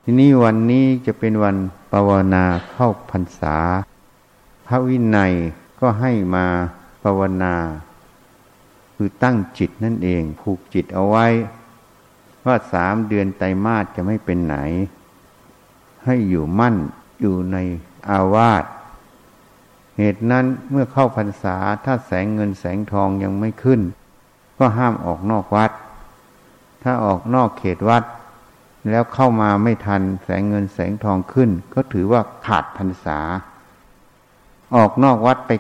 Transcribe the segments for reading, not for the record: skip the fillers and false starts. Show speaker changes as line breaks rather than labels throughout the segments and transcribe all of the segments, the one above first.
ทีนี้วันนี้จะเป็นวันภาวนาเข้าพรรษาพระวินัยก็ให้มาภาวนาคือตั้งจิตนั่นเองผูกจิตเอาไว้ว่า3 เดือนไตรมาสจะไม่เป็นไหนให้อยู่มั่นอยู่ในอาวาสเหตุนั้นเมื่อเข้าพรรษาถ้าแสงเงินแสงทองยังไม่ขึ้นก็ห้ามออกนอกวัดถ้าออกนอกเขตวัดแล้วเข้ามาไม่ทันแสงเงินแสงทองขึ้นก็ถือว่าขาดพรรษาออกนอกวัดไป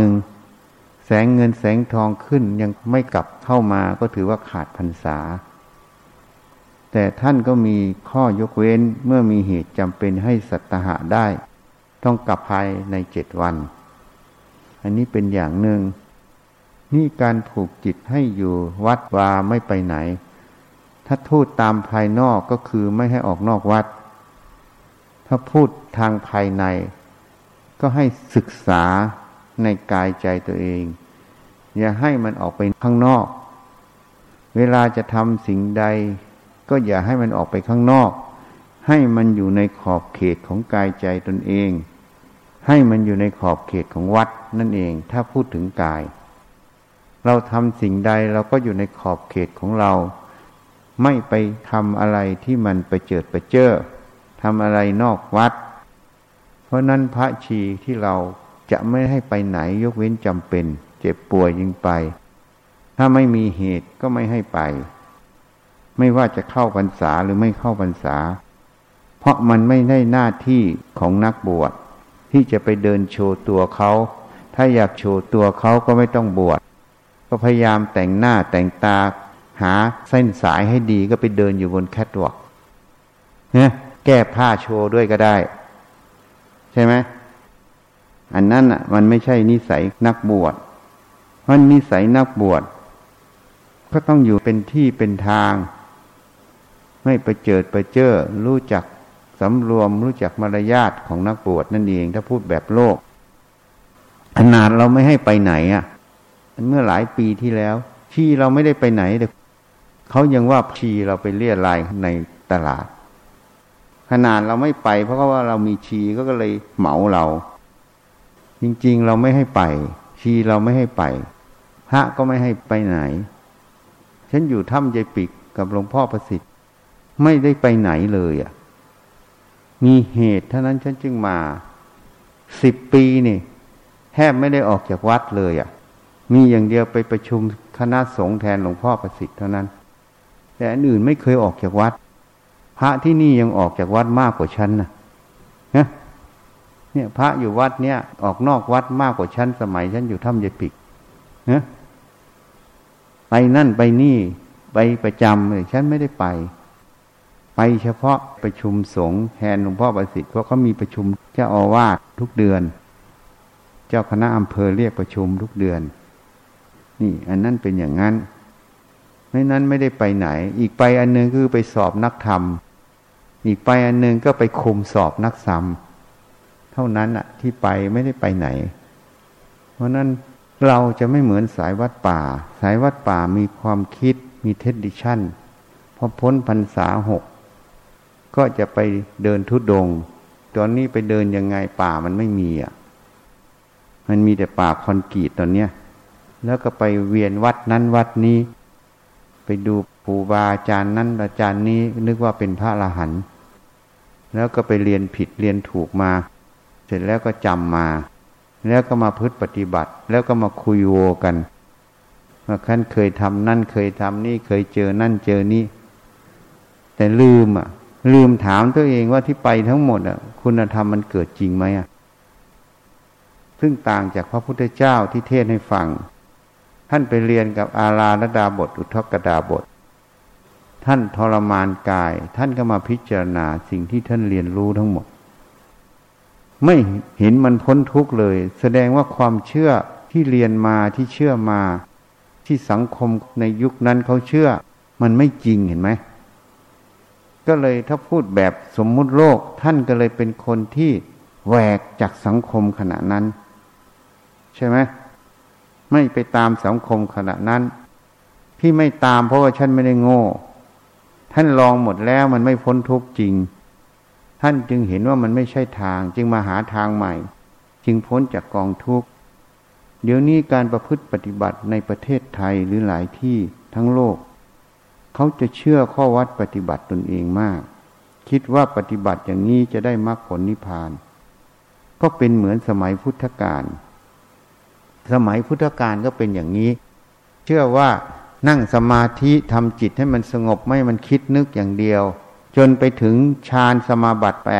9 แสงเงินแสงทองขึ้นยังไม่กลับเข้ามาก็ถือว่าขาดพรรษาแต่ท่านก็มีข้อยกเว้นเมื่อมีเหตุจำเป็นให้สัตหะได้ต้องกลับภายใน7 วันอันนี้เป็นอย่างหนึ่งนี่การผูกจิตให้อยู่วัดวาไม่ไปไหนถ้าพูดตามภายนอกก็คือไม่ให้ออกนอกวัดถ้าพูดทางภายในก็ให้ศึกษาในกายใจตัวเองอย่าให้มันออกไปข้างนอกเวลาจะทำสิ่งใดก็อย่าให้มันออกไปข้างนอกให้มันอยู่ในขอบเขตของกายใจตนเองให้มันอยู่ในขอบเขตของวัดนั่นเองถ้าพูดถึงกายเราทำสิ่งใดเราก็อยู่ในขอบเขตของเราไม่ไปทำอะไรที่มันไปเจิดไปเจ้อทำอะไรนอกวัดเพราะนั้นพระชีที่เราจะไม่ให้ไปไหนยกเว้นจำเป็นเจ็บป่วยยิ่งไปถ้าไม่มีเหตุก็ไม่ให้ไปไม่ว่าจะเข้าพรรษาหรือไม่เข้าพรรษาเพราะมันไม่ได้หน้าที่ของนักบวชที่จะไปเดินโชว์ตัวเขาถ้าอยากโชว์ตัวเขาก็ไม่ต้องบวชก็พยายามแต่งหน้าแต่งตาหาเส้นสายให้ดีก็ไปเดินอยู่บนแคทวอล์กเนี่ยแก้ผ้าโชว์ด้วยก็ได้ใช่ไหมอันนั้นอ่ะมันไม่ใช่นิสัยนักบวชมันนิสัยนักบวชก็ต้องอยู่เป็นที่เป็นทางไม่ไปเจิดไปเจ้อรู้จักสำรวมรู้จักมารยาทของนักบวชนั่นเองถ้าพูดแบบโลกขนาดเราไม่ให้ไปไหนอ่ะเมื่อหลายปีที่แล้วชีเราไม่ได้ไปไหนแต่เขายังว่าชีเราไปเลี่ยรายในตลาดขนาดเราไม่ไปเพราะว่าเรามีชีก็เลยเหมาเราจริงๆเราไม่ให้ไปชีเราไม่ให้ไปพระก็ไม่ให้ไปไหนฉันอยู่ถ้ำยายปิกกับหลวงพ่อประสิทธิ์ไม่ได้ไปไหนเลยอ่ะมีเหตุเท่านั้นฉันจึงมา10 ปีนี่แทบไม่ได้ออกจากวัดเลยอ่ะมีอย่างเดียวไปประชุมคณะสงฆ์แทนหลวงพ่อประสิทธิ์เท่านั้นแต่อันอื่นไม่เคยออกจากวัดพระที่นี่ยังออกจากวัดมากกว่าฉันนะเนี่ยพระอยู่วัดเนี่ยออกนอกวัดมากกว่าฉันสมัยฉันอยู่ถ้ำยายปิกไปนั่นไปนี่ไปประจำเลยฉันไม่ได้ไปเฉพาะประชุมสงฆ์แทนหลวงพ่อประสิทธิ์เพราะเขามีประชุมเจ้าอาวาสทุกเดือนเจ้าคณะอำเภอเรียกประชุมทุกเดือนนี่อันนั้นเป็นอย่างนั้นไม่นั้นไม่ได้ไปไหนอีกไปอันนึงคือไปสอบนักธรรมอีกไปอันนึงก็ไปคุมสอบนักธรรมเท่านั้นอะที่ไปไม่ได้ไปไหนเพราะนั้นเราจะไม่เหมือนสายวัดป่าสายวัดป่ามีความคิดมีเทดดิชั่นพอพ้นพรรษา6ก็จะไปเดินธุดงค์ตอนนี้ไปเดินยังไงป่ามันไม่มีอ่ะมันมีแต่ป่าคอนกรีตตอนเนี้ยแล้วก็ไปเวียนวัดนั้นวัดนี้ไปดูครูบาอาจารย์นั้นอาจารย์นี้นึกว่าเป็นพระอรหันต์แล้วก็ไปเรียนผิดเรียนถูกมาเสร็จแล้วก็จำมาแล้วก็มาพฤติปฏิบัติแล้วก็มาคุยโวกันว่าท่านเคยทำนั่นเคยทำนี่เคยเจอนั่นเจอนี่แต่ลืมถามตัวเองว่าที่ไปทั้งหมดคุณธรรมมันเกิดจริงไหมซึ่งต่างจากพระพุทธเจ้าที่เทศน์ให้ฟังท่านไปเรียนกับอาราลดาบทอุทกดาบทท่านทรมานกายท่านก็มาพิจารณาสิ่งที่ท่านเรียนรู้ทั้งหมดไม่เห็นมันพ้นทุกข์เลยแสดงว่าความเชื่อที่เรียนมาที่เชื่อมาที่สังคมในยุคนั้นเขาเชื่อมันไม่จริงเห็นไหมก็เลยถ้าพูดแบบสมมุติโลกท่านก็เลยเป็นคนที่แหวกจากสังคมขณะนั้นใช่ไหมไม่ไปตามสังคมขณะนั้นที่ไม่ตามเพราะว่าฉันไม่ได้โง่ท่านลองหมดแล้วมันไม่พ้นทุกข์จริงท่านจึงเห็นว่ามันไม่ใช่ทางจึงมาหาทางใหม่จึงพ้นจากกองทุกข์เดี๋ยวนี้การประพฤติปฏิบัติในประเทศไทยหรือหลายที่ทั้งโลกเขาจะเชื่อข้อวัดปฏิบัติตนเองมากคิดว่าปฏิบัติอย่างนี้จะได้มรรคผลนิพพานก็เป็นเหมือนสมัยพุทธกาลสมัยพุทธกาลก็เป็นอย่างนี้เชื่อว่านั่งสมาธิทำจิตให้มันสงบไม่มันคิดนึกอย่างเดียวจนไปถึงฌานสมาบัติ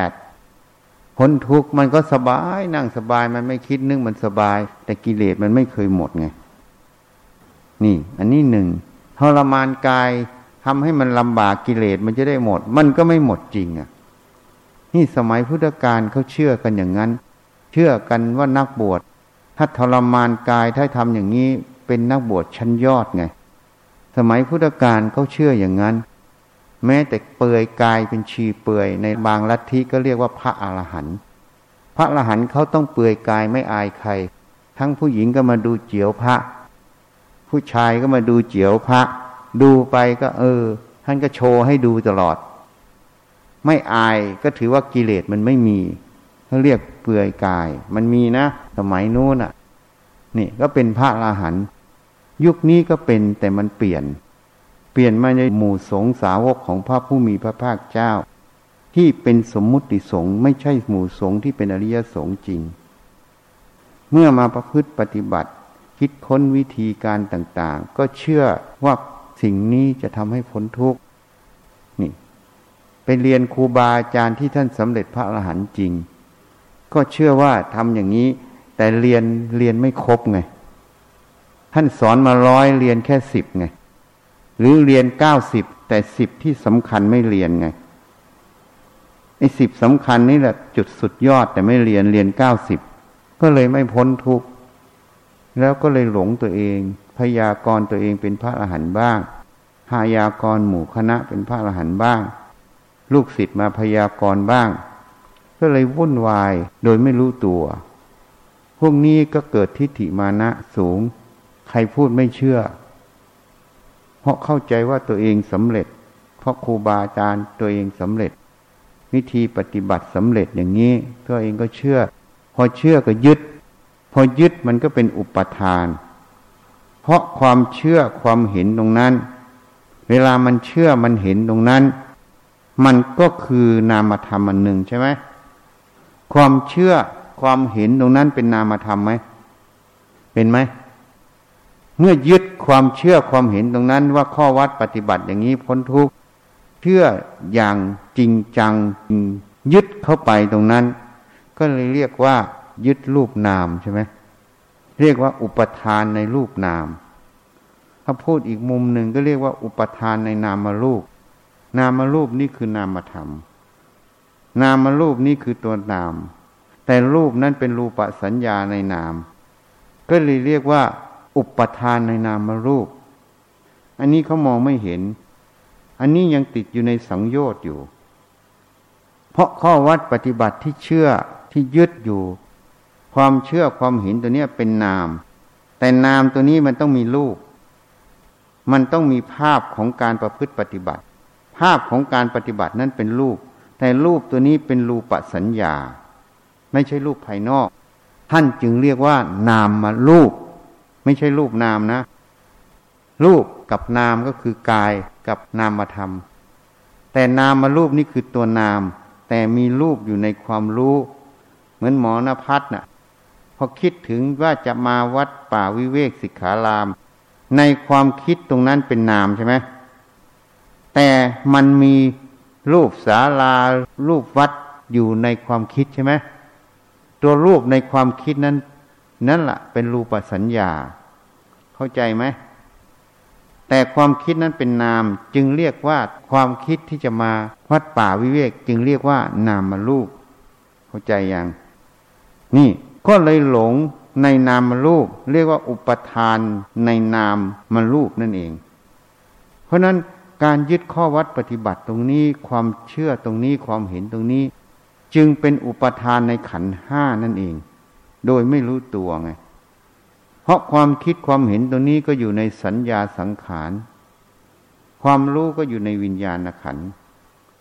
8พ้นทุกข์มันก็สบายนั่งสบายมันไม่คิดนึกมันสบายแต่กิเลสมันไม่เคยหมดไงนี่อันนี้หนึ่งทรมานกายทำให้มันลำบากกิเลสมันจะได้หมดมันก็ไม่หมดจริงอ่ะนี่สมัยพุทธกาลเขาเชื่อกันอย่างนั้นเชื่อกันว่านักบวชถ้าทรมานกายถ้าทำอย่างนี้เป็นนักบวชชั้นยอดไงสมัยพุทธกาลเขาเชื่ออย่างนั้นแม้แต่เปลือยกายเป็นชีเปลือยในบางลัทธิก็เรียกว่าพระอรหันต์พระอรหันต์เขาต้องเปลือยกายไม่อายใครทั้งผู้หญิงก็มาดูเจียวพระผู้ชายก็มาดูเจียวพระดูไปก็ท่านก็โชว์ให้ดูตลอดไม่อายก็ถือว่ากิเลสมันไม่มีเขาเรียกเปลือยกายมันมีนะสมัยนู้นอ่ะนี่ก็เป็นพระอรหันต์ยุคนี้ก็เป็นแต่มันเปลี่ยนมาในหมู่สงฆ์สาวกของพระผู้มีพระภาคเจ้าที่เป็นสมมุติสงฆ์ไม่ใช่หมู่สงฆ์ที่เป็นอริยสงฆ์จริงเมื่อมาประพฤติปฏิบัติคิดค้นวิธีการต่างๆก็เชื่อว่าสิ่งนี้จะทำให้พ้นทุกข์นี่ไปเรียนครูบาอาจารย์ที่ท่านสำเร็จพระอรหันต์จริงก็เชื่อว่าทำอย่างนี้แต่เรียนไม่ครบไงท่านสอนมา100เรียนแค่10ไงหรือเรียน90แต่10ที่สำคัญไม่เรียนไงไอ้10สำคัญนี่แหละจุดสุดยอดแต่ไม่เรียน90ก็เลยไม่พ้นทุกข์แล้วก็เลยหลงตัวเองพยากรณ์ตัวเองเป็นพระอรหันต์บ้างพยากรณ์หมู่คณะเป็นพระอรหันต์บ้างลูกศิษย์มาพยากรณ์บ้างก็เลยวุ่นวายโดยไม่รู้ตัวพวกนี้ก็เกิดทิฏฐิมานะสูงใครพูดไม่เชื่อเพราะเข้าใจว่าตัวเองสำเร็จเพราะครูบาอาจารย์ตัวเองสำเร็จวิธีปฏิบัติสำเร็จอย่างนี้ตัวเองก็เชื่อพอเชื่อก็ยึดพอยึดมันก็เป็นอุปทานเพราะความเชื่อความเห็นตรงนั้นเวลามันเชื่อมันเห็นตรงนั้นมันก็คือนามธรรมอันหนึ่งใช่ไหมความเชื่อความเห็นตรงนั้นเป็นนามธรรมไหมเป็นไหมเมื่อยึดความเชื่อความเห็นตรงนั้นว่าข้อวัดปฏิบัติอย่างนี้พ้นทุกข์เชื่ออย่างจริงจังยึดเข้าไปตรงนั้นก็เลยเรียกว่ายึดรูปนามใช่ไหมเรียกว่าอุปทานในรูปนามถ้าพูดอีกมุมหนึ่งก็เรียกว่าอุปทานในนามรูปนามรูปนี่คือนามธรรมนามรูปนี่คือตัวนามแต่รูปนั้นเป็นรูปสัญญาในนามก็เลยเรียกว่าอุปทานในนามรูปอันนี้เขามองไม่เห็นอันนี้ยังติดอยู่ในสังโยชน์อยู่เพราะข้อวัดปฏิบัติที่เชื่อที่ยึดอยู่ความเชื่อความเห็นตัวนี้เป็นนามแต่นามตัวนี้มันต้องมีรูปมันต้องมีภาพของการประพฤติปฏิบัติภาพของการปฏิบัตินั้นเป็นรูปแต่รูปตัวนี้เป็นรูปสัญญาไม่ใช่รูปภายนอกท่านจึงเรียกว่านามมารูปไม่ใช่รูปนามนะรูปกับนามก็คือกายกับนามธรรมแต่นามมารูปนี่คือตัวนามแต่มีรูปอยู่ในความรู้เหมือนหมอนภัสน่ะพอคิดถึงว่าจะมาวัดป่าวิเวกสิกขารามในความคิดตรงนั้นเป็นนามใช่ไหมแต่มันมีรูปศาลารูปวัดอยู่ในความคิดใช่ไหมตัวรูปในความคิดนั้นนั่นแหละเป็นรูปสัญญาเข้าใจไหมแต่ความคิดนั้นเป็นนามจึงเรียกว่าความคิดที่จะมาวัดป่าวิเวกจึงเรียกว่านามรูปเข้าใจยังนี่ก็เลยหลงในนามรูปเรียกว่าอุปทานในนามรูปนั่นเองเพราะนั้นการยึดข้อวัดปฏิบัติตรงนี้ความเชื่อตรงนี้ความเห็นตรงนี้จึงเป็นอุปทานในขันธ์ห้านั่นเองโดยไม่รู้ตัวไงเพราะความคิดความเห็นตรงนี้ก็อยู่ในสัญญาสังขารความรู้ก็อยู่ในวิญญาณขันธ์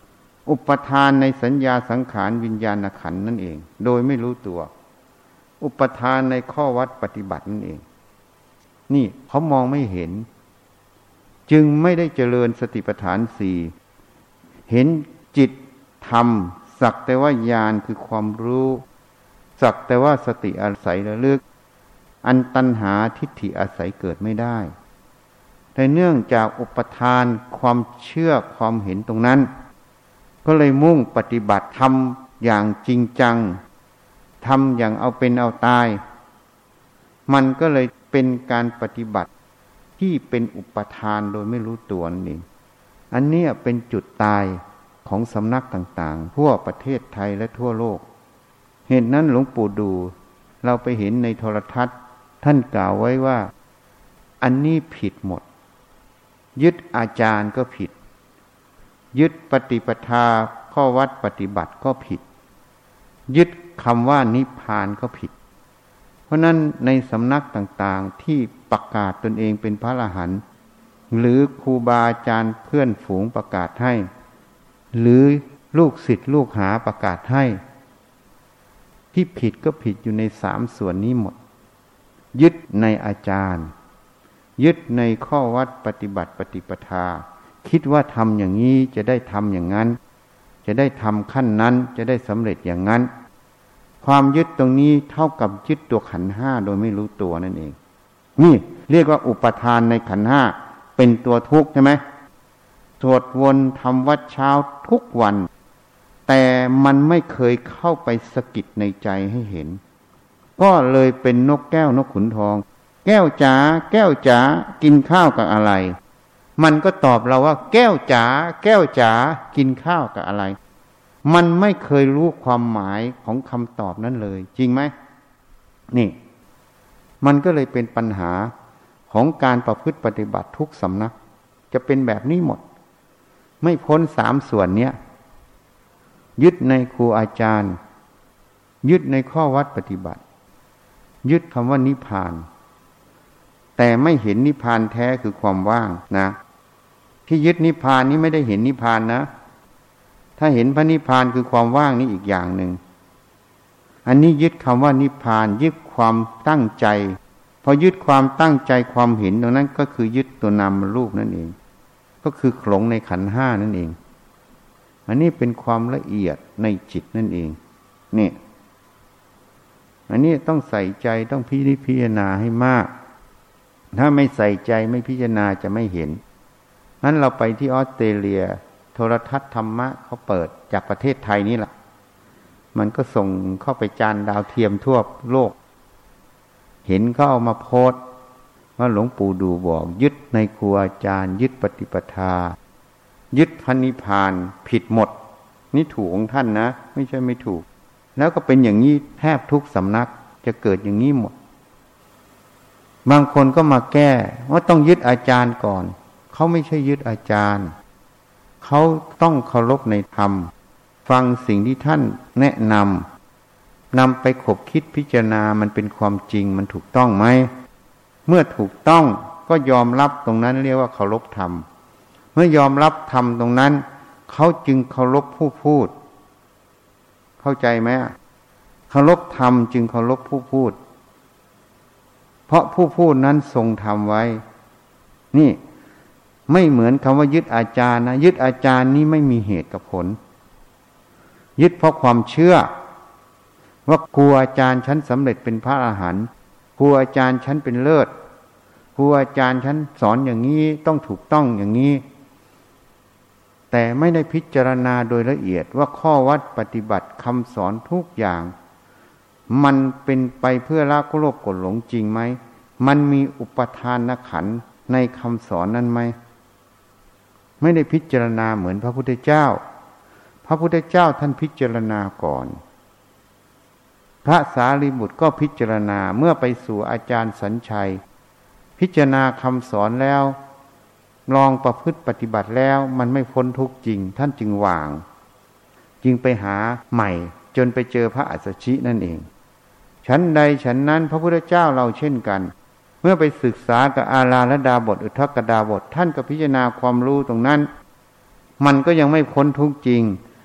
อุปทานในสัญญาสังขารวิญญาณขันธ์นั่นเองโดยไม่รู้ตัวอุปทานในข้อวัดปฏิบัตินั่นเองนี่เขามองไม่เห็นจึงไม่ได้เจริญสติปัฏฐานสี่เห็นจิตธรรมสักแต่ว่าญาณคือความรู้สักแต่ว่าสติอาศัยระลึกอันตัณหาทิฏฐิอาศัยเกิดไม่ได้แต่เนื่องจากอุปทานความเชื่อความเห็นตรงนั้นก็เลยมุ่งปฏิบัติทำอย่างจริงจังทำอย่างเอาเป็นเอาตายมันก็เลยเป็นการปฏิบัติที่เป็นอุปทานโดยไม่รู้ตัวนั่นเองอันนี้เป็นจุดตายของสำนักต่างๆทั่วประเทศไทยและทั่วโลกเหตุนั้นหลวงปู่ดูเราไปเห็นในโทรทัศน์ท่านกล่าวไว้ว่าอันนี้ผิดหมดยึดอาจารย์ก็ผิดยึดปฏิปทาข้อวัดปฏิบัติก็ผิดยึดคำว่านิพพานก็ผิดเพราะนั้นในสำนักต่างๆที่ประกาศตนเองเป็นพระอรหันต์หรือครูบาอาจารย์เพื่อนฝูงประกาศให้หรือลูกศิษย์ลูกหาประกาศให้ที่ผิดก็ผิดอยู่ในสามส่วนนี้หมดยึดในอาจารย์ยึดในข้อวัดปฏิบัติปฏิปทาคิดว่าทำอย่างนี้จะได้ทำอย่างนั้นจะได้ทำขั้นนั้นจะได้สำเร็จอย่างนั้นความยึดตรงนี้เท่ากับยึดตัวขันธ์ห้าโดยไม่รู้ตัวนั่นเองนี่เรียกว่าอุปทานในขันธ์ห้าเป็นตัวทุกข์ใช่ไหมสวดวนทำวัดเช้าทุกวันแต่มันไม่เคยเข้าไปสะกิดในใจให้เห็นก็เลยเป็นนกแก้วนกขุนทองแก้วจ๋าแก้วจ๋ากินข้าวกับอะไรมันก็ตอบเราว่าแก้วจ๋าแก้วจ๋ากินข้าวกับอะไรมันไม่เคยรู้ความหมายของคำตอบนั้นเลยจริงไหมนี่มันก็เลยเป็นปัญหาของการประพฤติปฏิบัติทุกสำนักจะเป็นแบบนี้หมดไม่พ้นสามส่วนเนี้ยยึดในครูอาจารย์ยึดในข้อวัดปฏิบัติยึดคำว่านิพพานแต่ไม่เห็นนิพพานแท้คือความว่างนะที่ยึดนิพพานนี้ไม่ได้เห็นนิพพานนะถ้าเห็นพระนิพพานคือความว่างนี่อีกอย่างหนึ่งอันนี้ยึดคำว่านิพพานยึดความตั้งใจพอยึดความตั้งใจความเห็นตรงนั้นก็คือยึดตัวนามรูปนั่นเองก็คือหลงในขันธ์ห้านั่นเองอันนี้เป็นความละเอียดในจิตนั่นเองนี่อันนี้ต้องใส่ใจต้องพิจารณาให้มากถ้าไม่ใส่ใจไม่พิจารณาจะไม่เห็นนั้นเราไปที่ออสเตรเลียโทรทัศน์ธรรมะเขาเปิดจากประเทศไทยนี่แหละมันก็ส่งเข้าไปจานดาวเทียมทั่วโลกเห็นเขาเอามาโพสต์ว่าหลวงปู่ดูบอกยึดในครูอาจารย์ยึดปฏิปทายึดพระนิพพานผิดหมดนี่ถูกของท่านนะไม่ใช่ไม่ถูกแล้วก็เป็นอย่างนี้แทบทุกสำนักจะเกิดอย่างนี้หมดบางคนก็มาแก้ว่าต้องยึดอาจารย์ก่อนเขาไม่ใช่ยึดอาจารย์เขาต้องเคารพในธรรมฟังสิ่งที่ท่านแนะนำไปขบคิดพิจารณามันเป็นความจริงมันถูกต้องไหมเมื่อถูกต้องก็ยอมรับตรงนั้นเรียกว่าเคารพธรรมเมื่อยอมรับธรรมตรงนั้นเขาจึงเคารพผู้พูดเข้าใจไหมเคารพธรรมจึงเคารพผู้พูดเพราะผู้พูดนั้นทรงธรรมไว้นี่ไม่เหมือนคำว่ายึดอาจารย์นะยึดอาจารย์นี้ไม่มีเหตุกับผลยึดเพราะความเชื่อว่าครูอาจารย์ฉันสำเร็จเป็นพระอรหันต์ครูอาจารย์ฉันเป็นเลิศครูอาจารย์ฉันสอนอย่างนี้ต้องถูกต้องอย่างนี้แต่ไม่ได้พิจารณาโดยละเอียดว่าข้อวัดปฏิบัติคำสอนทุกอย่างมันเป็นไปเพื่อละโลภโกรธหลงจริงไหมมันมีอุปทานขันธ์ในคำสอนนั้นไหมไม่ได้พิจารณาเหมือนพระพุทธเจ้าพระพุทธเจ้าท่านพิจารณาก่อนพระสารีบุตรก็พิจารณาเมื่อไปสู่อาจารย์สัญชัยพิจารณาคำสอนแล้วลองประพฤติปฏิบัติแล้วมันไม่พ้นทุกข์จริงท่านจึงวางจึงไปหาใหม่จนไปเจอพระอัสสชินั่นเองฉันใดฉันนั้นพระพุทธเจ้าเราเช่นกันเมื่อไปศึกษากับอาราลดาบทอุทธักดาบทท่านก็พิจารณาความรู้ตรงนั้นมันก็ยังไม่พ้นทุกข์จริง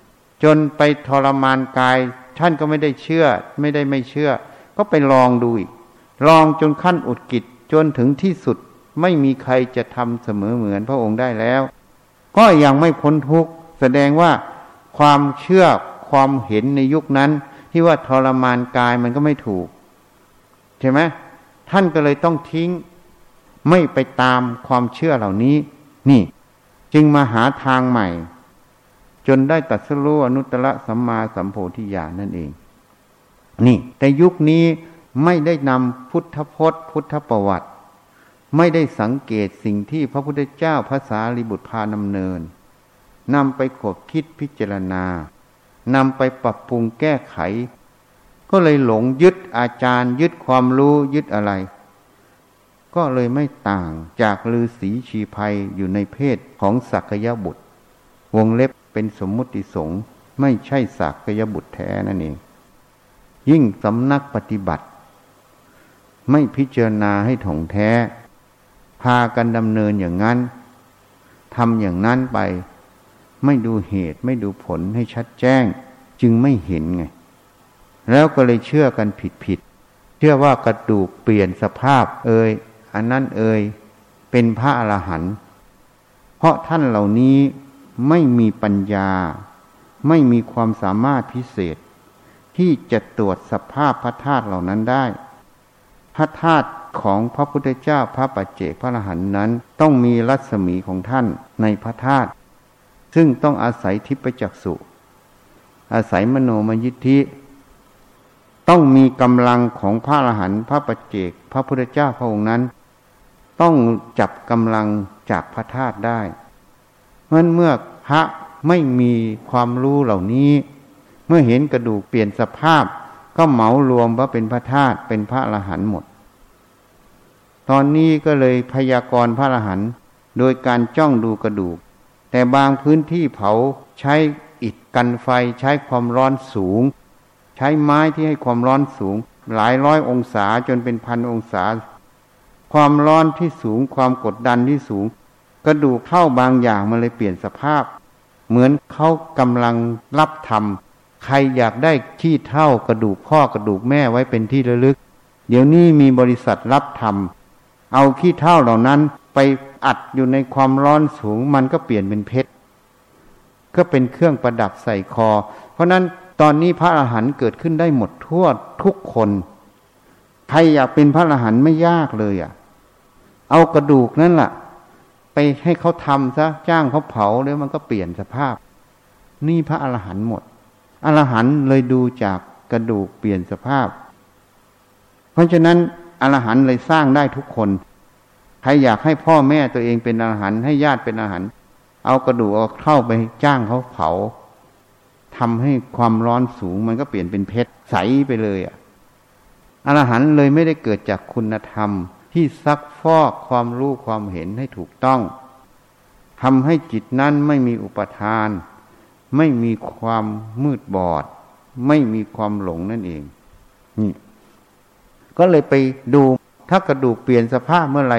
จนไปทรมานกายท่านก็ไม่ได้เชื่อไม่เชื่อก็ไปลองดูอีกลองจนขั้นอุดกิจจนถึงที่สุดไม่มีใครจะทำเสมอเหมือนพระองค์ได้แล้วก็ยังไม่พ้นทุกข์แสดงว่าความเชื่อความเห็นในยุคนั้นที่ว่าทรมานกายมันก็ไม่ถูกใช่ไหมท่านก็เลยต้องทิ้งไม่ไปตามความเชื่อเหล่านี้นี่จึงมาหาทางใหม่จนได้ตรัสรู้อนุตตรสัมมาสัมโพธิญาณนั่นเองนี่แต่ยุคนี้ไม่ได้นำพุทธพจน์พุทธประวัติไม่ได้สังเกตสิ่งที่พระพุทธเจ้าพระสารีบุตรพานำเนินนำไปขบคิดพิจารณานำไปปรับปรุงแก้ไขก็เลยหลงยึดอาจารย์ยึดความรู้ยึดอะไรก็เลยไม่ต่างจากฤาษีชีไพรอยู่ในเพศของสักยบุตรวงเล็บเป็นสมมุติสงฆ์ไม่ใช่สักยบุตรแท้นั่นเองยิ่งสำนักปฏิบัติไม่พิจารณาให้ถ่องแท้พากันดำเนินอย่างนั้นทำอย่างนั้นไปไม่ดูเหตุไม่ดูผลให้ชัดแจ้งจึงไม่เห็นไงแล้วก็เลยเชื่อกันผิดเชื่อว่ากระดูกเปลี่ยนสภาพอันนั้นเป็นพระอรหันต์เพราะท่านเหล่านี้ไม่มีปัญญาไม่มีความสามารถพิเศษที่จะตรวจสภาพพระธาตุเหล่านั้นได้พระธาตุของพระพุทธเจ้าพระปัจเจกพระอรหันต์นั้นต้องมีรัศมีของท่านในพระธาตุซึ่งต้องอาศัยทิพจักษุอาศัยมโนมยิทธิต้องมีกำลังของพระอรหันต์พระปัจเจกพระพุทธเจ้าพระองค์นั้นต้องจับกำลังจากพระธาตุได้เมื่อพระไม่มีความรู้เหล่านี้เมื่อเห็นกระดูกเปลี่ยนสภาพก็เหมารวมว่าเป็นพระธาตุเป็นพระอรหันต์หมดตอนนี้ก็เลยพยากรณ์พระอรหันต์โดยการจ้องดูกระดูกแต่บางพื้นที่เผาใช้อิฐกันไฟใช้ความร้อนสูงใช้ไม้ที่ให้ความร้อนสูงหลายร้อยองศาจนเป็นพันองศาความร้อนที่สูงความกดดันที่สูงกระดูกเท่าบางอย่างมันเลยเปลี่ยนสภาพเหมือนเขากำลังรับทำใครอยากได้ขี้เท่ากระดูกพ่อกระดูกแม่ไว้เป็นที่ระลึกเดี๋ยวนี้มีบริษัทรับทำเอาขี้เท่าเหล่านั้นไปอัดอยู่ในความร้อนสูงมันก็เปลี่ยนเป็นเพชรก็เป็นเครื่องประดับใส่คอเพราะนั้นตอนนี้พระอรหันต์เกิดขึ้นได้หมดทั่วทุกคนใครอยากเป็นพระอรหันต์ไม่ยากเลยเอากระดูกนั่นแหละไปให้เขาทำซะจ้างเขาเผาแล้วมันก็เปลี่ยนสภาพนี่พระอรหันต์หมดอรหันต์เลยดูจากกระดูกเปลี่ยนสภาพเพราะฉะนั้นอรหันต์เลยสร้างได้ทุกคนใครอยากให้พ่อแม่ตัวเองเป็นอรหันต์ให้ญาติเป็นอรหันต์เอากระดูกเอาเข้าไปจ้างเขาเผาทำให้ความร้อนสูงมันก็เปลี่ยนเป็นเพชรใสไปเลยอรหันต์เลยไม่ได้เกิดจากคุณธรรมที่ซักฟอกความรู้ความเห็นให้ถูกต้องทำให้จิตนั้นไม่มีอุปทานไม่มีความมืดบอดไม่มีความหลงนั่นเองนี่ก็เลยไปดูถ้ากระดูกเปลี่ยนสภาพเมื่อไหร่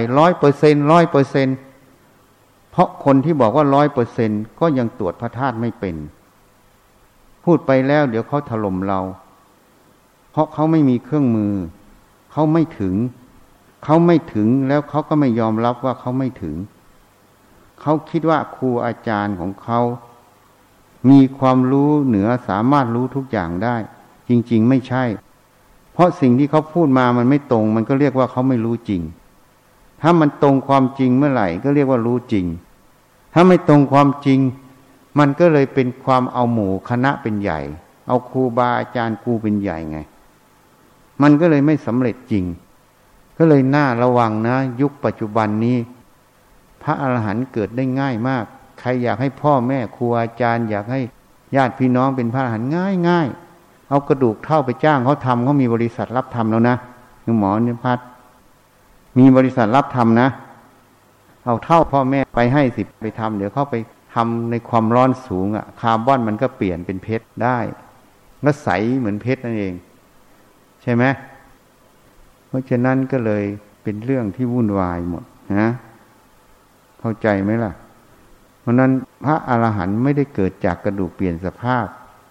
100%เพราะคนที่บอกว่า100%ก็ยังตรวจพระธาตุไม่เป็นพูดไปแล้วเดี๋ยวเขาถล่มเราเพราะเขาไม่มีเครื่องมือเขาไม่ถึงแล้วเขาก็ไม่ยอมรับว่าเขาไม่ถึงเขาคิดว่าครูอาจารย์ของเขามีความรู้เหนือสามารถรู้ทุกอย่างได้จริงๆไม่ใช่เพราะสิ่งที่เขาพูดมามันไม่ตรงมันก็เรียกว่าเขาไม่รู้จริงถ้ามันตรงความจริงเมื่อไหร่ก็เรียกว่ารู้จริงถ้าไม่ตรงความจริงมันก็เลยเป็นความเอาหมู่คณะเป็นใหญ่เอาครูบาอาจารย์ครูเป็นใหญ่ไงมันก็เลยไม่สำเร็จจริงก็เลยน่าระวังนะยุคปัจจุบันนี้พระอรหันต์เกิดได้ง่ายมากใครอยากให้พ่อแม่ครูอาจารย์อยากให้ญาติพี่น้องเป็นพระอรหันต์ง่ายเอากระดูกเท่าไปจ้างเขาทำเขามีบริษัทรับทำแล้วนะหมอนิพัฒน์มีบริษัทรับทำนะเอาเท่าพ่อแม่ไปให้10ไปทำเดี๋ยวเขาไปทำในความร้อนสูงคาร์บอนมันก็เปลี่ยนเป็นเพชรได้ก็ใสเหมือนเพชรนั่นเองใช่ไหมเพราะฉะนั้นก็เลยเป็นเรื่องที่วุ่นวายหมดนะเข้า เข้าใจไหมล่ะเพราะนั้นพระอรหันต์ไม่ได้เกิดจากกระดูกเปลี่ยนสภาพ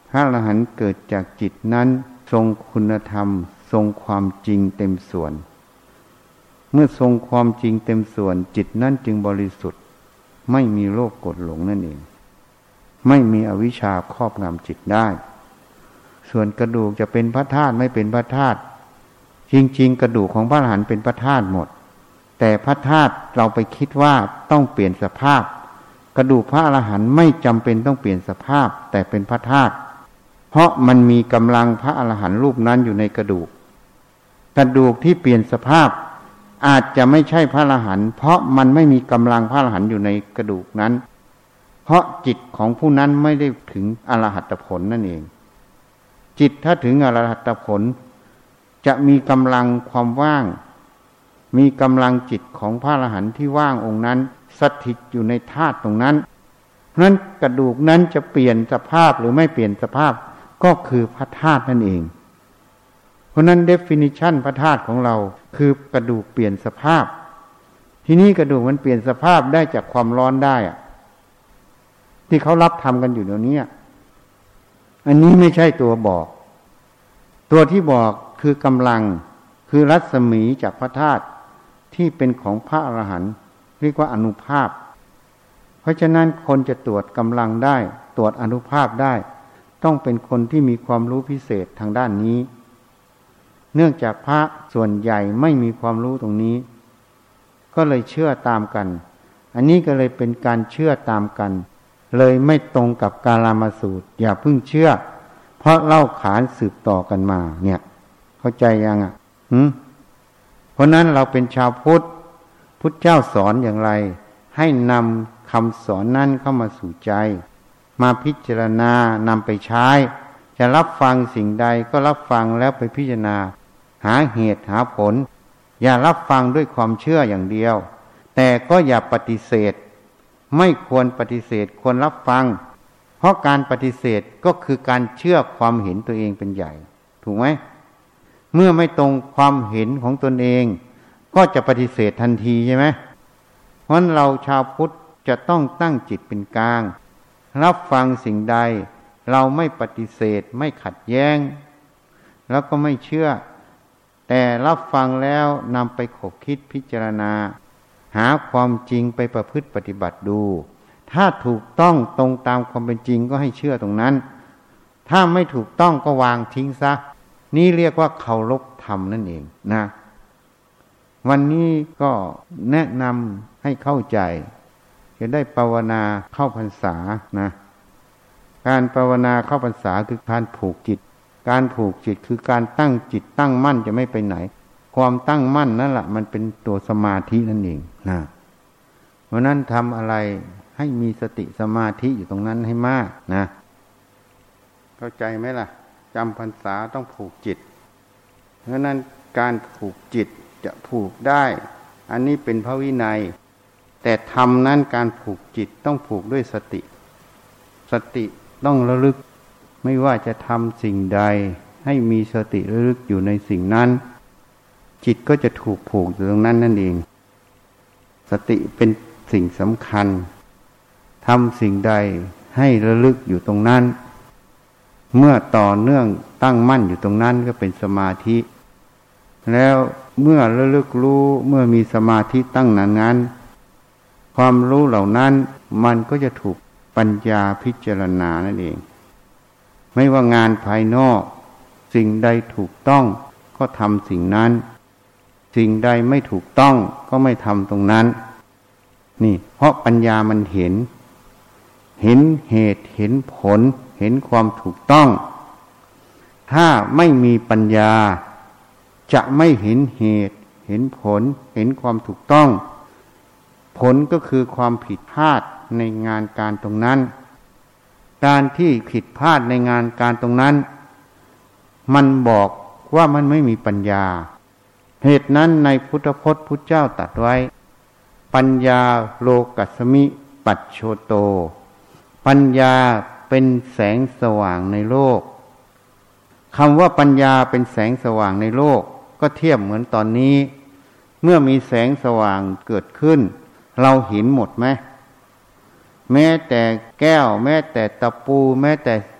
พระอรหันต์เกิดจากจิตนั้นทรงคุณธรรมทรงความจริงเต็มส่วนเมื่อทรงความจริงเต็มส่วนจิตนั้นจึงบริสุทธิ์ไม่มีโลภโกรธหลงนั่นเองไม่มีอวิชชาครอบงำจิตได้ส่วนกระดูกจะเป็นพระธาตุไม่เป็นพระธาตุจริงๆกระดูกของพระอรหันต์เป็นพระธาตุหมดแต่พระธาตุเราไปคิดว่าต้องเปลี่ยนสภาพกระดูกพระอรหันต์ไม่จำเป็นต้องเปลี่ยนสภาพแต่เป็นพระธาตุเพราะมันมีกำลังพระอรหันต์รูปนั้นอยู่ในกระดูกที่เปลี่ยนสภาพอาจจะไม่ใช่พระอรหันต์เพราะมันไม่มีกำลังพระอรหันต์อยู่ในกระดูกนั้นเพราะจิตของผู้นั้นไม่ได้ถึงอรหัตผลนั่นเองจิตถ้าถึงอรหัตผลจะมีกำลังความว่างมีกำลังจิตของพระอรหันต์ที่ว่างองค์นั้นสถิตอยู่ในธาตุตรงนั้นเพราะนั้นกระดูกนั้นจะเปลี่ยนสภาพหรือไม่เปลี่ยนสภาพก็คือพระธาตุนั่นเองเพราะนั้น definition พระธาตุของเราคือกระดูกเปลี่ยนสภาพที่นี่กระดูกมันเปลี่ยนสภาพได้จากความร้อนได้อะที่เขารับทำกันอยู่เดี๋ยวนี้อันนี้ไม่ใช่ตัวบอกตัวที่บอกคือกำลังคือรัศมีจากพระธาตุที่เป็นของพระอรหันต์เรียกว่าอานุภาพเพราะฉะนั้นคนจะตรวจกำลังได้ตรวจอานุภาพได้ต้องเป็นคนที่มีความรู้พิเศษทางด้านนี้เนื่องจากพระส่วนใหญ่ไม่มีความรู้ตรงนี้ก็เลยเชื่อตามกันอันนี้ก็เลยเป็นการเชื่อตามกันเลยไม่ตรงกับกาลามสูตรอย่าเพิ่งเชื่อเพราะเล่าขานสืบต่อกันมาเนี่ยเข้าใจยังเพราะนั้นเราเป็นชาวพุทธเจ้าสอนอย่างไรให้นำคำสอนนั้นเข้ามาสู่ใจมาพิจารณานำไปใช้จะรับฟังสิ่งใดก็รับฟังแล้วไปพิจารณาหาเหตุหาผลอย่ารับฟังด้วยความเชื่ออย่างเดียวแต่ก็อย่าปฏิเสธไม่ควรปฏิเสธควรรับฟังเพราะการปฏิเสธก็คือการเชื่อความเห็นตัวเองเป็นใหญ่ถูกไหมเมื่อไม่ตรงความเห็นของตนเองก็จะปฏิเสธทันทีใช่ไหมเพราะเราชาวพุทธจะต้องตั้งจิตเป็นกลางรับฟังสิ่งใดเราไม่ปฏิเสธไม่ขัดแย้งแล้วก็ไม่เชื่อแต่รับฟังแล้วนำไปขบคิดพิจารณาหาความจริงไปประพฤติปฏิบัติดูถ้าถูกต้องตรงตามความเป็นจริงก็ให้เชื่อตรงนั้นถ้าไม่ถูกต้องก็วางทิ้งซะนี่เรียกว่าเคารพธรรมนั่นเองนะวันนี้ก็แนะนำให้เข้าใจจะได้ภาวนาเข้าพรรษานะการภาวนาเข้าพรรษาคือการผูกจิตการผูกจิตคือการตั้งจิตตั้งมั่นจะไม่ไปไหนความตั้งมั่นนั่นแหละมันเป็นตัวสมาธินั่นเองนะเพราะนั้นทำอะไรให้มีสติสมาธิอยู่ตรงนั้นให้มากนะเข้าใจไหมล่ะจำพรรษาต้องผูกจิตเพราะนั้นการผูกจิตจะผูกได้อันนี้เป็นพระวินัยแต่ธรรมนั้นการผูกจิตต้องผูกด้วยสติต้องระลึกไม่ว่าจะทำสิ่งใดให้มีสติระลึกอยู่ในสิ่งนั้นจิตก็จะถูกผูกอยู่ตรงนั้นนั่นเองสติเป็นสิ่งสำคัญทำสิ่งใดให้ระลึกอยู่ตรงนั้นเมื่อต่อเนื่องตั้งมั่นอยู่ตรงนั้นก็เป็นสมาธิแล้วเมื่อระลึกรู้เมื่อมีสมาธิตั้งนั้นความรู้เหล่านั้นมันก็จะถูกปัญญาพิจารณานั่นเองไม่ว่างานภายนอกสิ่งใดถูกต้องก็ทำสิ่งนั้นสิ่งใดไม่ถูกต้องก็ไม่ทำตรงนั้นนี่เพราะปัญญามันเห็นเหตุเห็นผลเห็นความถูกต้องถ้าไม่มีปัญญาจะไม่เห็นเหตุเห็นผลเห็นความถูกต้องผลก็คือความผิดพลาดในงานการตรงนั้นการที่ผิดพลาดในงานการตรงนั้นมันบอกว่ามันไม่มีปัญญาเหตุนั้นในพุทธพจน์พุทธเจ้าตรัสไว้ปัญญาโลกัสสมิปัจโชโตปัญญาเป็นแสงสว่างในโลกคำว่าปัญญาเป็นแสงสว่างในโลกก็เทียบเหมือนตอนนี้เมื่อมีแสงสว่างเกิดขึ้นเราเห็นหมดไหมแม้แต่แก้วแม้แต่ตะปูแม้แต่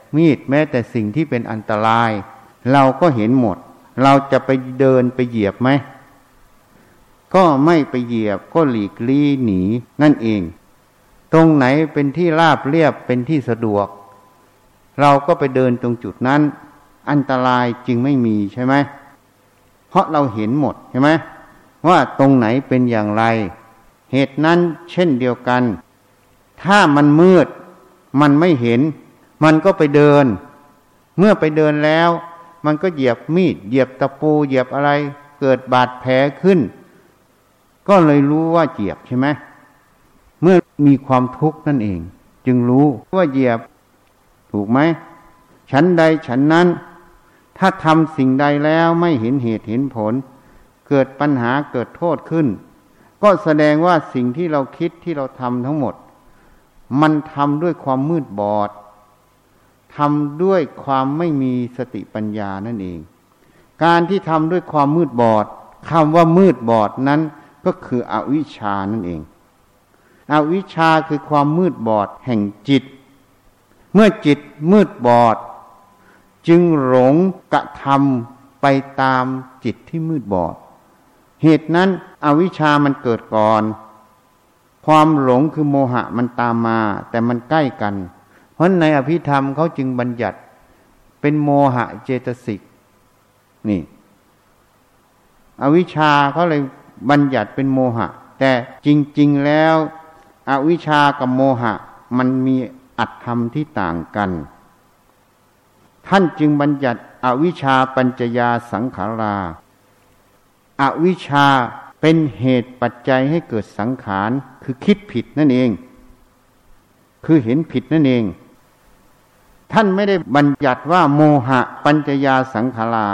มีดแม้แต่สิ่งที่เป็นอันตรายเราก็เห็นหมดเราจะไปเดินไปเหยียบไหมก็ไม่ไปเหยียบก็หลีกลี่หนีนั่นเองตรงไหนเป็นที่ราบเรียบเป็นที่สะดวกเราก็ไปเดินตรงจุดนั้นอันตรายจึงไม่มีใช่ไหมเพราะเราเห็นหมดใช่ไหมว่าตรงไหนเป็นอย่างไรเหตุนั้นเช่นเดียวกันถ้ามันมืดมันไม่เห็นมันก็ไปเดินเมื่อไปเดินแล้วมันก็เหยียบมีดเหยียบตะปูเหยียบอะไรเกิดบาดแผลขึ้นก็เลยรู้ว่าเหยียบใช่ไหมเมื่อมีความทุกข์นั่นเองจึงรู้ว่าเหยียบถูกไหมฉันใดฉันนั้นถ้าทำสิ่งใดแล้วไม่เห็นเหตุเห็นผลเกิดปัญหาเกิดโทษขึ้นก็แสดงว่าสิ่งที่เราคิดที่เราทำทั้งหมดมันทำด้วยความมืดบอดทำด้วยความไม่มีสติปัญญานั่นเองการที่ทำด้วยความมืดบอดคำว่ามืดบอดนั้นก็คืออวิชชานั่นเองอวิชชาคือความมืดบอดแห่งจิตเมื่อจิตมืดบอดจึงหลงกระทำไปตามจิตที่มืดบอดเหตุนั้นอวิชชามันเกิดก่อนความหลงคือโมหะมันตามมาแต่มันใกล้กันเพราะในอภิธรรมเขาจึงบัญญัติเป็นโมหะเจตสิกนี่อวิชชาเขาเลยบัญญัติเป็นโมหะแต่จริงๆแล้วอวิชชากับโมหะมันมีอัตธรรมที่ต่างกันท่านจึงบัญญัติอวิชชาปัญจยาสังขาราอวิชชาเป็นเหตุปัจจัยให้เกิดสังขารคือคิดผิดนั่นเองคือเห็นผิดนั่นเองท่านไม่ได้บัญญัติว่าโมหะปัญจยาสังขารา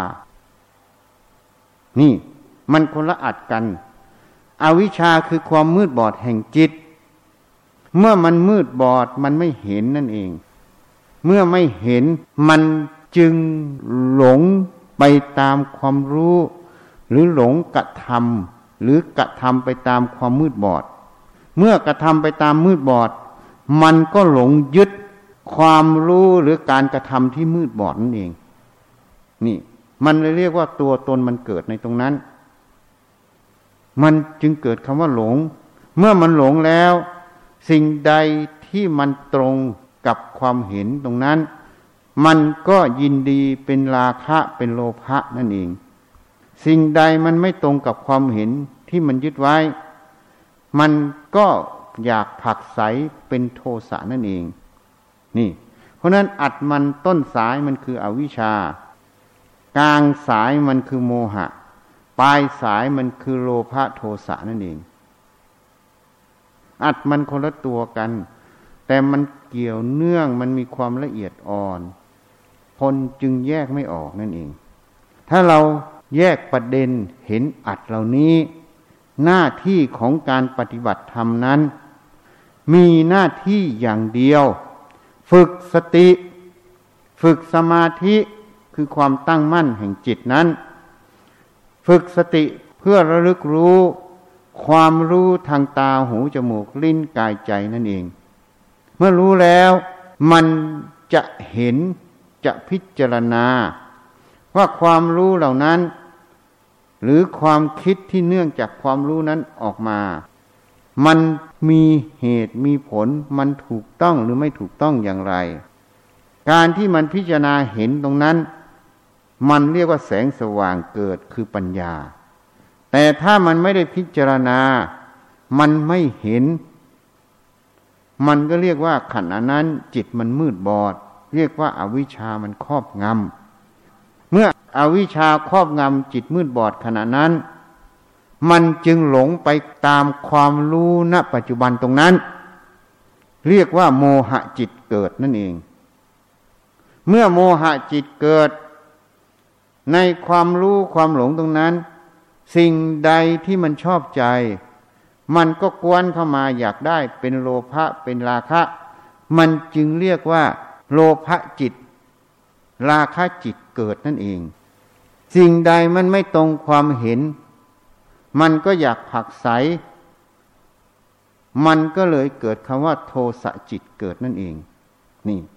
นี่มันคนละอัดกันอวิชชาคือความมืดบอดแห่งจิตเมื่อมันมืดบอดมันไม่เห็นนั่นเองเมื่อไม่เห็นมันจึงหลงไปตามความรู้หรือหลงกระทำหรือกระทำไปตามความมืดบอดเมื่อกระทำไปตามมืดบอดมันก็หลงยึดความรู้หรือการกระทำที่มืดบอดนั่นเองนี่มันเลยเรียกว่าตัวตนมันเกิดในตรงนั้นมันจึงเกิดคำว่าหลงเมื่อมันหลงแล้วสิ่งใดที่มันตรงกับความเห็นตรงนั้นมันก็ยินดีเป็นราคะเป็นโลภะนั่นเองสิ่งใดมันไม่ตรงกับความเห็นที่มันยึดไว้มันก็อยากผลักไสเป็นโทสะนั่นเองนี่เพราะนั้นอัดมันต้นสายมันคืออวิชชากลางสายมันคือโมหะปลายสายมันคือโลภะโทสะนั่นเองอัดมันคนละตัวกันแต่มันเกี่ยวเนื่องมันมีความละเอียดอ่อนคนจึงแยกไม่ออกนั่นเองถ้าเราแยกประเด็นเห็นอัดเหล่านี้หน้าที่ของการปฏิบัติธรรมนั้นมีหน้าที่อย่างเดียวฝึกสติฝึกสมาธิคือความตั้งมั่นแห่งจิตนั้นฝึกสติเพื่อระลึกรู้ความรู้ทางตาหูจมูกลิ้นกายใจนั่นเองเมื่อรู้แล้วมันจะเห็นจะพิจารณาว่าความรู้เหล่านั้นหรือความคิดที่เนื่องจากความรู้นั้นออกมามันมีเหตุมีผลมันถูกต้องหรือไม่ถูกต้องอย่างไรการที่มันพิจารณาเห็นตรงนั้นมันเรียกว่าแสงสว่างเกิดคือปัญญาแต่ถ้ามันไม่ได้พิจารณามันไม่เห็นมันก็เรียกว่าขณะนั้นจิตมันมืดบอดเรียกว่าอวิชชามันครอบงำเมื่ออวิชชาครอบงำจิตมืดบอดขณะนั้นมันจึงหลงไปตามความรู้ณปัจจุบันตรงนั้นเรียกว่าโมหะจิตเกิดนั่นเองเมื่อโมหะจิตเกิดในความรู้ความหลงตรงนั้นสิ่งใดที่มันชอบใจมันก็กวนเข้ามาอยากได้เป็นโลภะเป็นราคะมันจึงเรียกว่าโลภะจิตราคะจิตเกิดนั่นเองสิ่งใดมันไม่ตรงความเห็นมันก็อยากผลักไสมันก็เลยเกิดคำว่าโทสะจิตเกิดนั่นเองนี่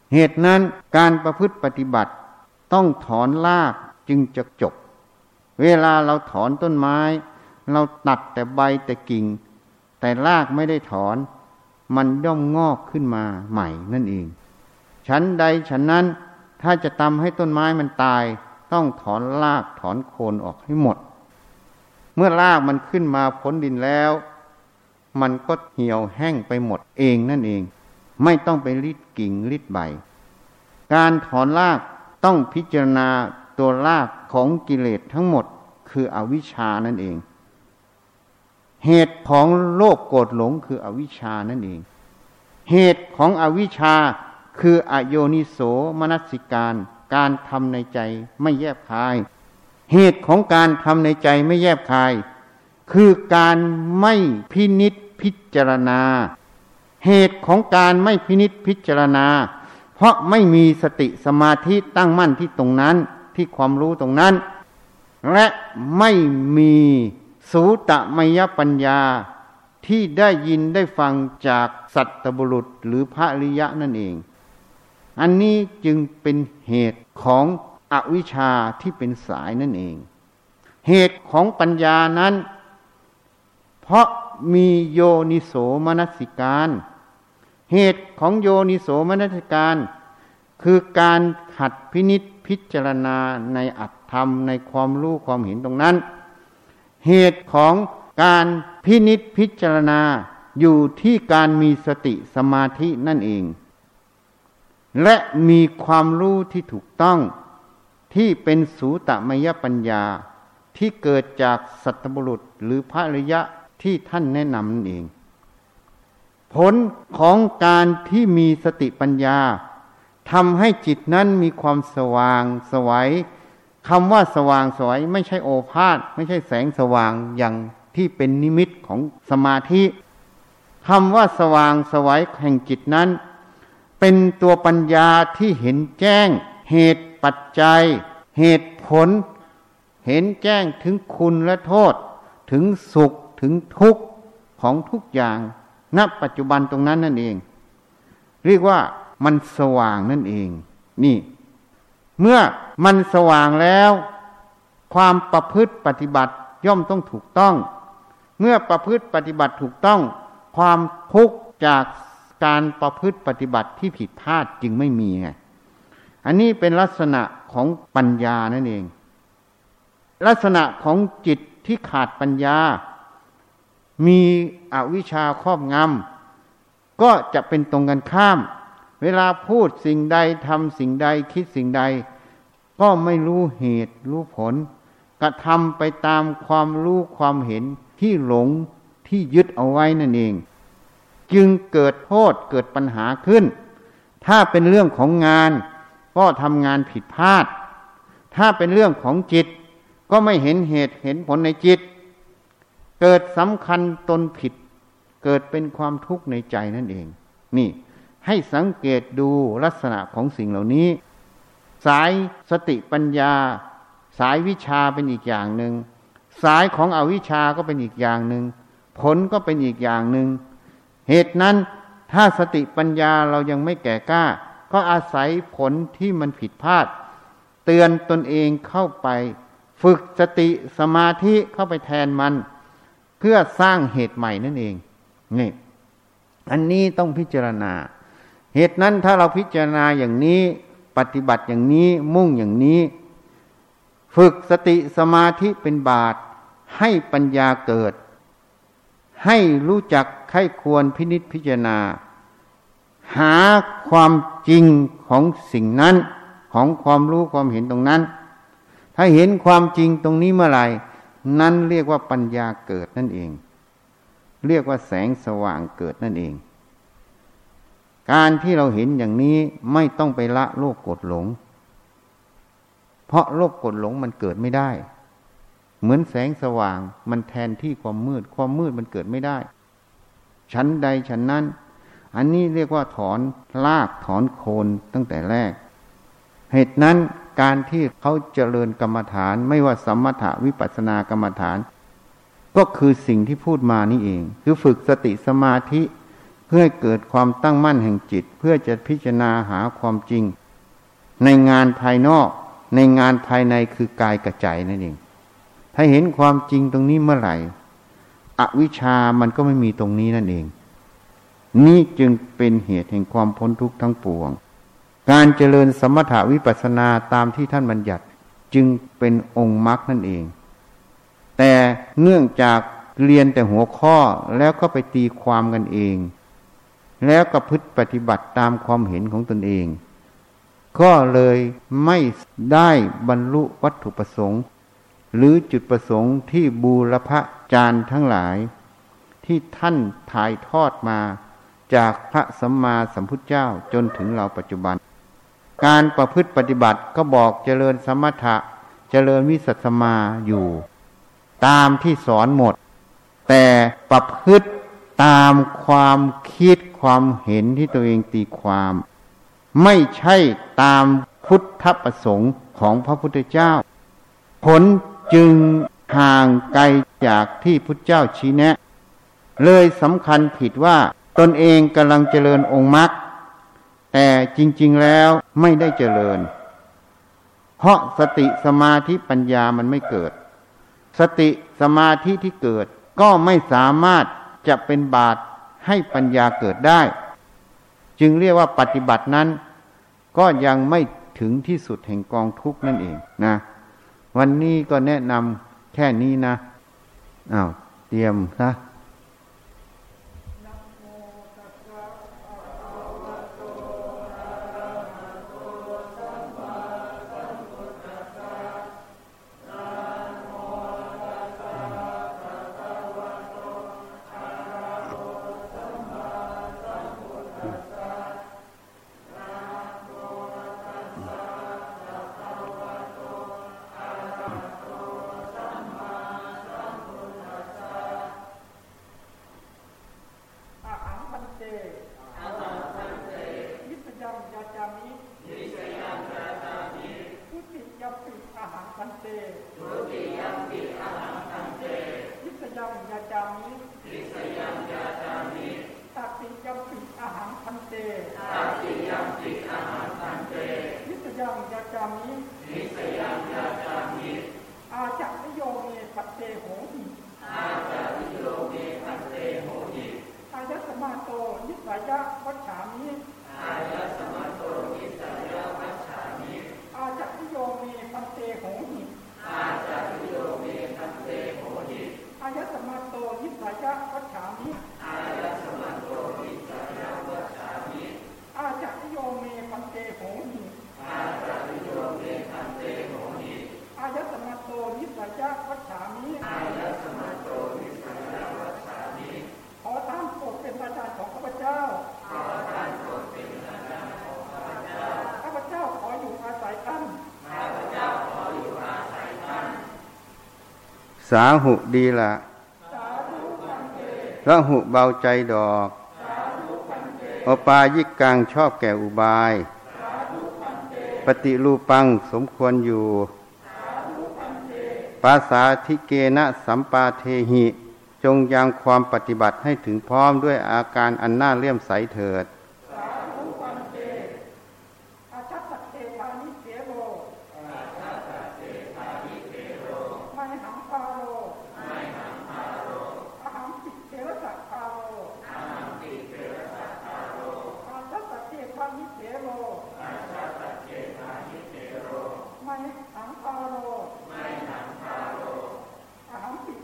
เหตุนั้นการประพฤติปฏิบัติต้องถอนรากจึงจะจบเวลาเราถอนต้นไม้เราตัดแต่ใบแต่กิ่งแต่รากไม่ได้ถอนมันย่อมงอกขึ้นมาใหม่นั่นเองฉันใดฉันนั้นถ้าจะทำให้ต้นไม้มันตายต้องถอนรากถอนโคนออกให้หมดเมื่อรากมันขึ้นมาพ้นดินแล้วมันก็เหี่ยวแห้งไปหมดเองนั่นเองไม่ต้องไปริดกิ่งริดใบการถอนรากต้องพิจารณาตัวรากของกิเลสทั้งหมดคืออวิชชานั่นเองเหตุของโลภโกรธหลงคืออวิชชานั่นเองเหตุของอวิชชาคืออโยนิโสมนสิการการทำในใจไม่แยบคายเหตุของการทำในใจไม่แยบคายคือการไม่พินิจพิจารณาเหตุของการไม่พินิจพิจารณาเพราะไม่มีสติสมาธิตั้งมั่นที่ตรงนั้นที่ความรู้ตรงนั้นและไม่มีสูตมยปัญญาที่ได้ยินได้ฟังจากสัตบุรุษหรือพระอริยะนั่นเองอันนี้จึงเป็นเหตุของอวิชชาที่เป็นสายนั่นเองเหตุของปัญญานั้นเพราะมีโยนิโสมนสิการเหตุของโยนิโสมนสิการคือการหัดพินิจพิจารณาในอัตธรรมในความรู้ความเห็นตรงนั้นเหตุของการพินิจพิจารณาอยู่ที่การมีสติสมาธินั่นเองและมีความรู้ที่ถูกต้องที่เป็นสูตมยปัญญาที่เกิดจากสัตบุรุษหรือพระอริยะที่ท่านแนะนำนั่นเองผลของการที่มีสติปัญญาทำให้จิตนั้นมีความสว่างไสวคำว่าสว่างไสวไม่ใช่โอภาสไม่ใช่แสงสว่างอย่างที่เป็นนิมิตของสมาธิคำว่าสว่างไสวแห่งจิตนั้นเป็นตัวปัญญาที่เห็นแจ้งเหตุปัจจัยเหตุผลเห็นแจ้งถึงคุณและโทษถึงสุขถึงทุกข์ของทุกอย่างณปัจจุบันตรงนั้นนั่นเองเรียกว่ามันสว่างนั่นเองนี่เมื่อมันสว่างแล้วความประพฤติปฏิบัติย่อมต้องถูกต้องเมื่อประพฤติปฏิบัติถูกต้องความทุกข์จากการประพฤติปฏิบัติที่ผิดพลาดจึงไม่มีไงอันนี้เป็นลักษณะของปัญญานั่นเองลักษณะของจิตที่ขาดปัญญามีอวิชชาครอบงำก็จะเป็นตรงกันข้ามเวลาพูดสิ่งใดทำสิ่งใดคิดสิ่งใดก็ไม่รู้เหตุรู้ผลกระทำไปตามความรู้ความเห็นที่หลงที่ยึดเอาไว้นั่นเองจึงเกิดโทษเกิดปัญหาขึ้นถ้าเป็นเรื่องของงานก็ทำงานผิดพลาดถ้าเป็นเรื่องของจิตก็ไม่เห็นเหตุเห็นผลในจิตเกิดสำคัญตนผิดเกิดเป็นความทุกข์ในใจนั่นเองนี่ให้สังเกตดูลักษณะของสิ่งเหล่านี้สายสติปัญญาสายวิชาเป็นอีกอย่างหนึ่งสายของอวิชชาก็เป็นอีกอย่างหนึ่งผลก็เป็นอีกอย่างหนึ่งเหตุนั้นถ้าสติปัญญาเรายังไม่แก่กล้าก็อาศัยผลที่มันผิดพลาดเตือนตนเองเข้าไปฝึกสติสมาธิเข้าไปแทนมันเพื่อสร้างเหตุใหม่นั่นเองนี่อันนี้ต้องพิจารณาเหตุนั้นถ้าเราพิจารณาอย่างนี้ปฏิบัติอย่างนี้มุ่งอย่างนี้ฝึกสติสมาธิเป็นบาตรให้ปัญญาเกิดให้รู้จักไข้ควรพินิจพิจารณาหาความจริงของสิ่งนั้นของความรู้ความเห็นตรงนั้นถ้าเห็นความจริงตรงนี้เมื่อไหร่นั้นเรียกว่าปัญญาเกิดนั่นเองเรียกว่าแสงสว่างเกิดนั่นเองการที่เราเห็นอย่างนี้ไม่ต้องไปละโลภโกรธหลงเพราะโลภโกรธหลงมันเกิดไม่ได้เหมือนแสงสว่างมันแทนที่ความมืดความมืดมันเกิดไม่ได้ชั้นใดชั้นนั้นอันนี้เรียกว่าถอนรากถอนโคนตั้งแต่แรกเหตุนั้นการที่เขาเจริญกรรมฐานไม่ว่าสมถะวิปัสสนากรรมฐานก็คือสิ่งที่พูดมานี่เองคือฝึกสติสมาธิเพื่อให้เกิดความตั้งมั่นแห่งจิตเพื่อจะพิจารณาหาความจริงในงานภายนอกในงานภายในคือกายกับใจนั่นเองถ้าเห็นความจริงตรงนี้เมื่อไหร่อวิชชามันก็ไม่มีตรงนี้นั่นเองนี่จึงเป็นเหตุแห่งความพ้นทุกข์ทั้งปวงการเจริญสมถะวิปัสสนาตามที่ท่านบัญญัติจึงเป็นองค์มรรคนั่นเองแต่เนื่องจากเรียนแต่หัวข้อแล้วก็ไปตีความกันเองแล้วก็พฤติปฏิบัติตามความเห็นของตนเองก็เลยไม่ได้บรรลุวัตถุประสงค์หรือจุดประสงค์ที่บูรพจารย์ทั้งหลายที่ท่านถ่ายทอดมาจากพระสัมมาสัมพุทธเจ้าจนถึงเราปัจจุบันการประพฤติปฏิบัติก็บอกเจริญสมถะเจริญวิสัชสมาอยู่ตามที่สอนหมดแต่ประพฤติตามความคิดความเห็นที่ตัวเองตีความไม่ใช่ตามพุทธประสงค์ของพระพุทธเจ้าผลจึงห่างไกลจากที่พุทธเจ้าชี้แนะเลยสำคัญผิดว่าตนเองกำลังเจริญองค์มรรคแต่จริงๆแล้วไม่ได้เจริญเพราะสติสมาธิปัญญามันไม่เกิดสติสมาธิที่เกิดก็ไม่สามารถจะเป็นบาตรให้ปัญญาเกิดได้จึงเรียกว่าปฏิบัตินั้นก็ยังไม่ถึงที่สุดแห่งกองทุกข์นั่นเองนะวันนี้ก็แนะนำแค่นี้นะเตรียมซะสาหุดีละละหุเบาใจดอกอปายิกังชอบแก่อุบายปฏิรูปังสมควรอยู่ปาสาธิเกนะสัมปาเทหิจงยังความปฏิบัติให้ถึงพร้อมด้วยอาการอันน่าเลื่อมใสเถิด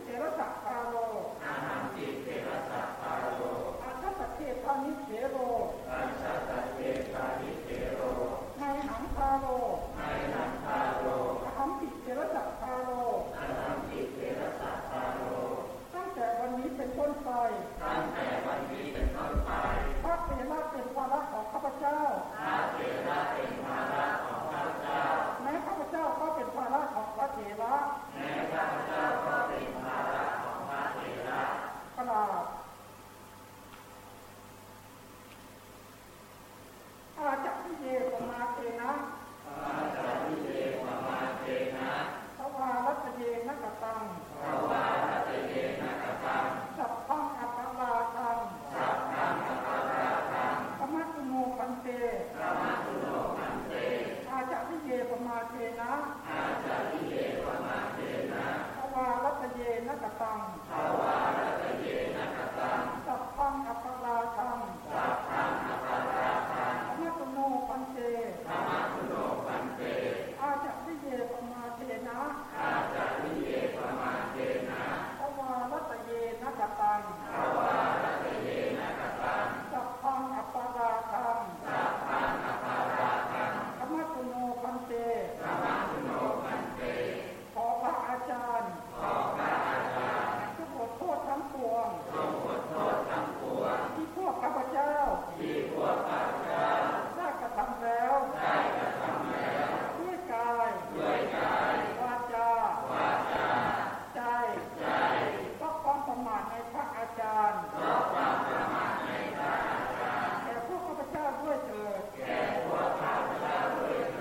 ขอ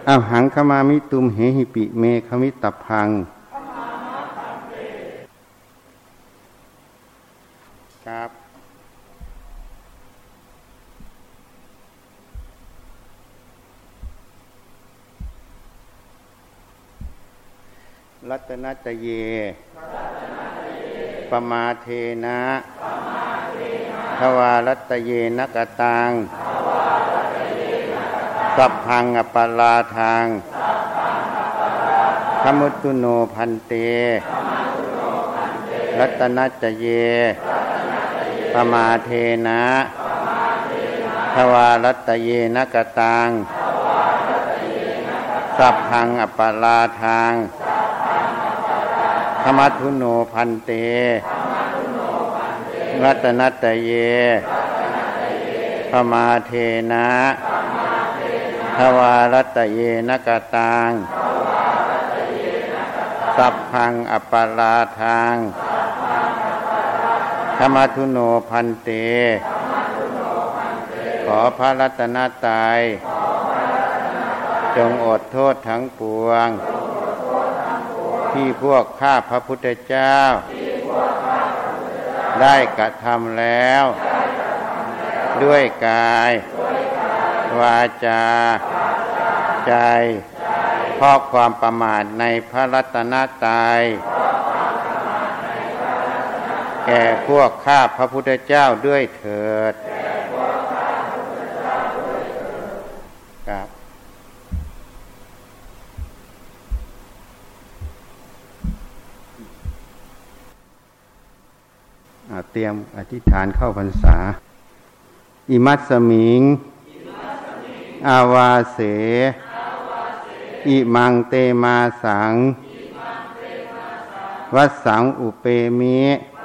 อาหังขมามิตุมเหหิปิเมขมิตพังครับรัตนัตเยปมาเทนะทวารัตเยนกตังสัพพังอปลาทังขมุตุโนพันเตรัตนัตเยปมาเทนะทวารัตเยนกตังสัพพังอปลาทังขมัทุโนพันเตรัตนัตเยปมาเทนะทวารัตเยนกตังสัพพังอปลาทังขมัทุโนพันเตขอพระรัตนตรัยจงอดโทษทั้งปวงที่พวกข้าพระพุทธเจ้าได้กระทำแล้วด้วยกายวาจาใจเพราะความประมาทในพระรัตนตรัยแก่พวกข้าพระพุทธเจ้าด้วยเถิดครับเตรียมอธิษฐานเข้าพรรษาอิมัสสมิงอาวาเสอิมังเตมาสังวัสสังอุเปมิ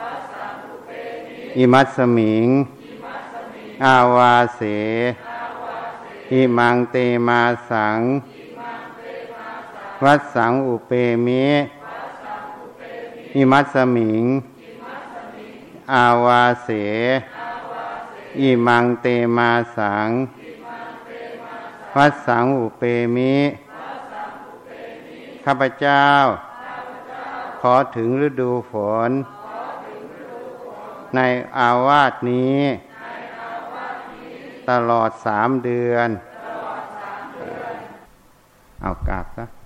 อิมัสสมิงอาวาเสอิมังเตมาสังวัสสังอุเปมิอิมัสสมิงอาวาเสอิมังเตมาสังวัสสังอุเปมิข้าพเจ้าขอถึงฤดูฝนในอาวาสนี้ตลอด3 เดือนเอากราบซะ